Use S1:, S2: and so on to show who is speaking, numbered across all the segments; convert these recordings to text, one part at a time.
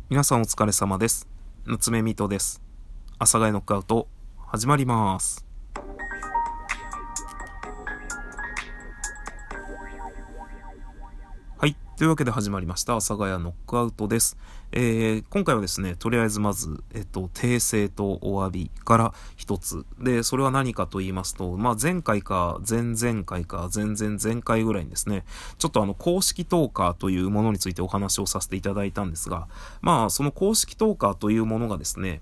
S1: 皆さんお疲れ様です。夏目みとです。阿佐ヶ谷ノックアウト始まります。はい。というわけで始まりました阿佐ヶ谷ノックアウトです。今回はですね、とりあえずまず、訂正とお詫びから一つ。で、それは何かと言いますと、前回か前々回か前々前回ぐらいにですね、ちょっと公式トーカーというものについてお話をさせていただいたんですが、その公式トーカーというものがですね、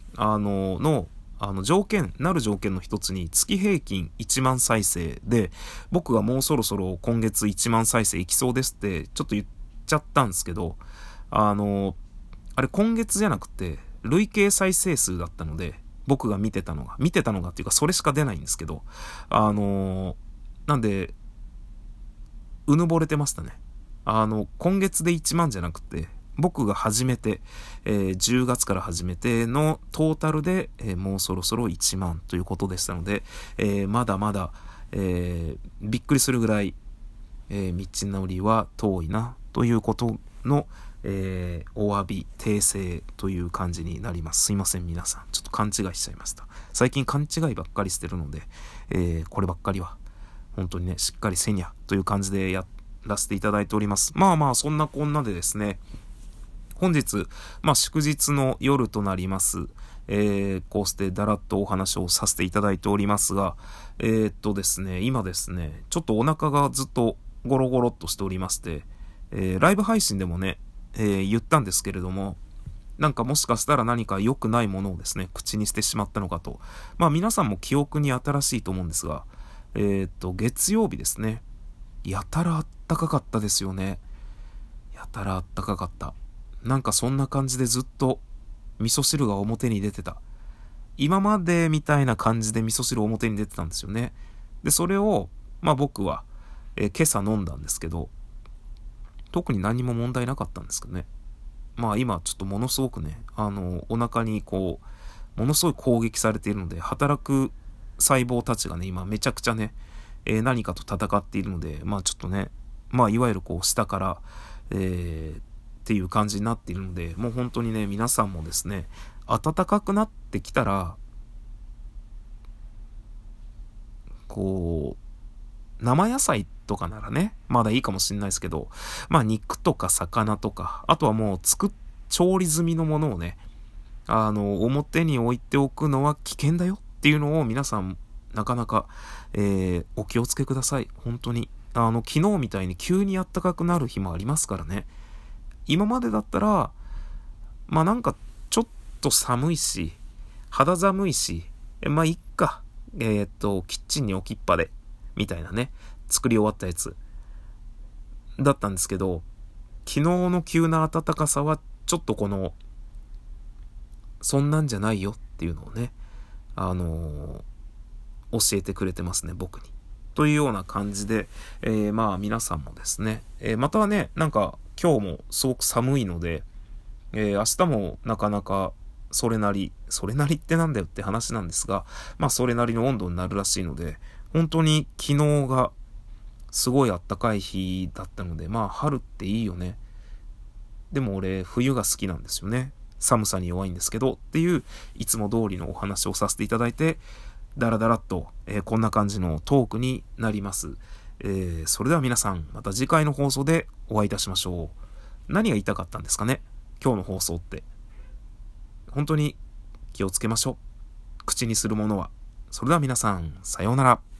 S1: なる条件の一つに月平均1万再生で、僕がもうそろそろ今月1万再生いきそうですってちょっと言っちゃったんですけど、あれ今月じゃなくて累計再生数だったので、僕が見てたのがっていうかそれしか出ないんですけど、なんで、うぬぼれてましたね。今月で1万じゃなくて、僕が始めて、10月から始めてのトータルで、もうそろそろ1万ということでしたので、まだまだ、びっくりするぐらい、道のりは遠いなということの、お詫び、訂正という感じになります。すいません皆さん。ちょっと勘違いしちゃいました。最近勘違いばっかりしてるので、こればっかりは本当にね、しっかりせにゃという感じでやらせていただいております。そんなこんなでですね、本日、祝日の夜となります。こうしてだらっとお話をさせていただいておりますが、ですね、今ですね、ちょっとお腹がずっとゴロゴロっとしておりまして、ライブ配信でもね、言ったんですけれども、なんかもしかしたら何か良くないものをですね、口にしてしまったのかと。皆さんも記憶に新しいと思うんですが、月曜日ですね、やたらあったかかったですよね。やたらあったかかった。なんかそんな感じでずっと味噌汁が表に出てた。今までみたいな感じで味噌汁表に出てたんですよね。で、それを、僕は、今朝飲んだんですけど、特に何も問題なかったんですけどね。今ちょっとものすごくね、お腹にこう、ものすごい攻撃されているので、働く細胞たちがね、今めちゃくちゃね、何かと戦っているので、ちょっとね、いわゆるこう下から、っていう感じになっているので、もう本当にね、皆さんもですね、暖かくなってきたら、こう、生野菜とかならね、まだいいかもしれないですけど、肉とか魚とか、あとはもう調理済みのものをね、表に置いておくのは危険だよっていうのを皆さん、なかなか、お気をつけください。本当に。昨日みたいに急に暖かくなる日もありますからね。今までだったら、なんかちょっと寒いし、肌寒いし、いっか。キッチンに置きっぱで、みたいなね、作り終わったやつ、だったんですけど、昨日の急な暖かさは、ちょっとそんなんじゃないよっていうのをね、教えてくれてますね、僕に。というような感じで、皆さんもですね、またはね、なんか今日もすごく寒いので、明日もなかなかそれなりってなんだよって話なんですが、それなりの温度になるらしいので、本当に昨日がすごい暖かい日だったので、春っていいよね。でも俺冬が好きなんですよね。寒さに弱いんですけどっていういつも通りのお話をさせていただいて、だらだらっと、こんな感じのトークになります。それでは皆さんまた次回の放送でお会いいたしましょう。何が言いたかったんですかね、今日の放送って。本当に気をつけましょう。口にするものは。それでは皆さん、さようなら。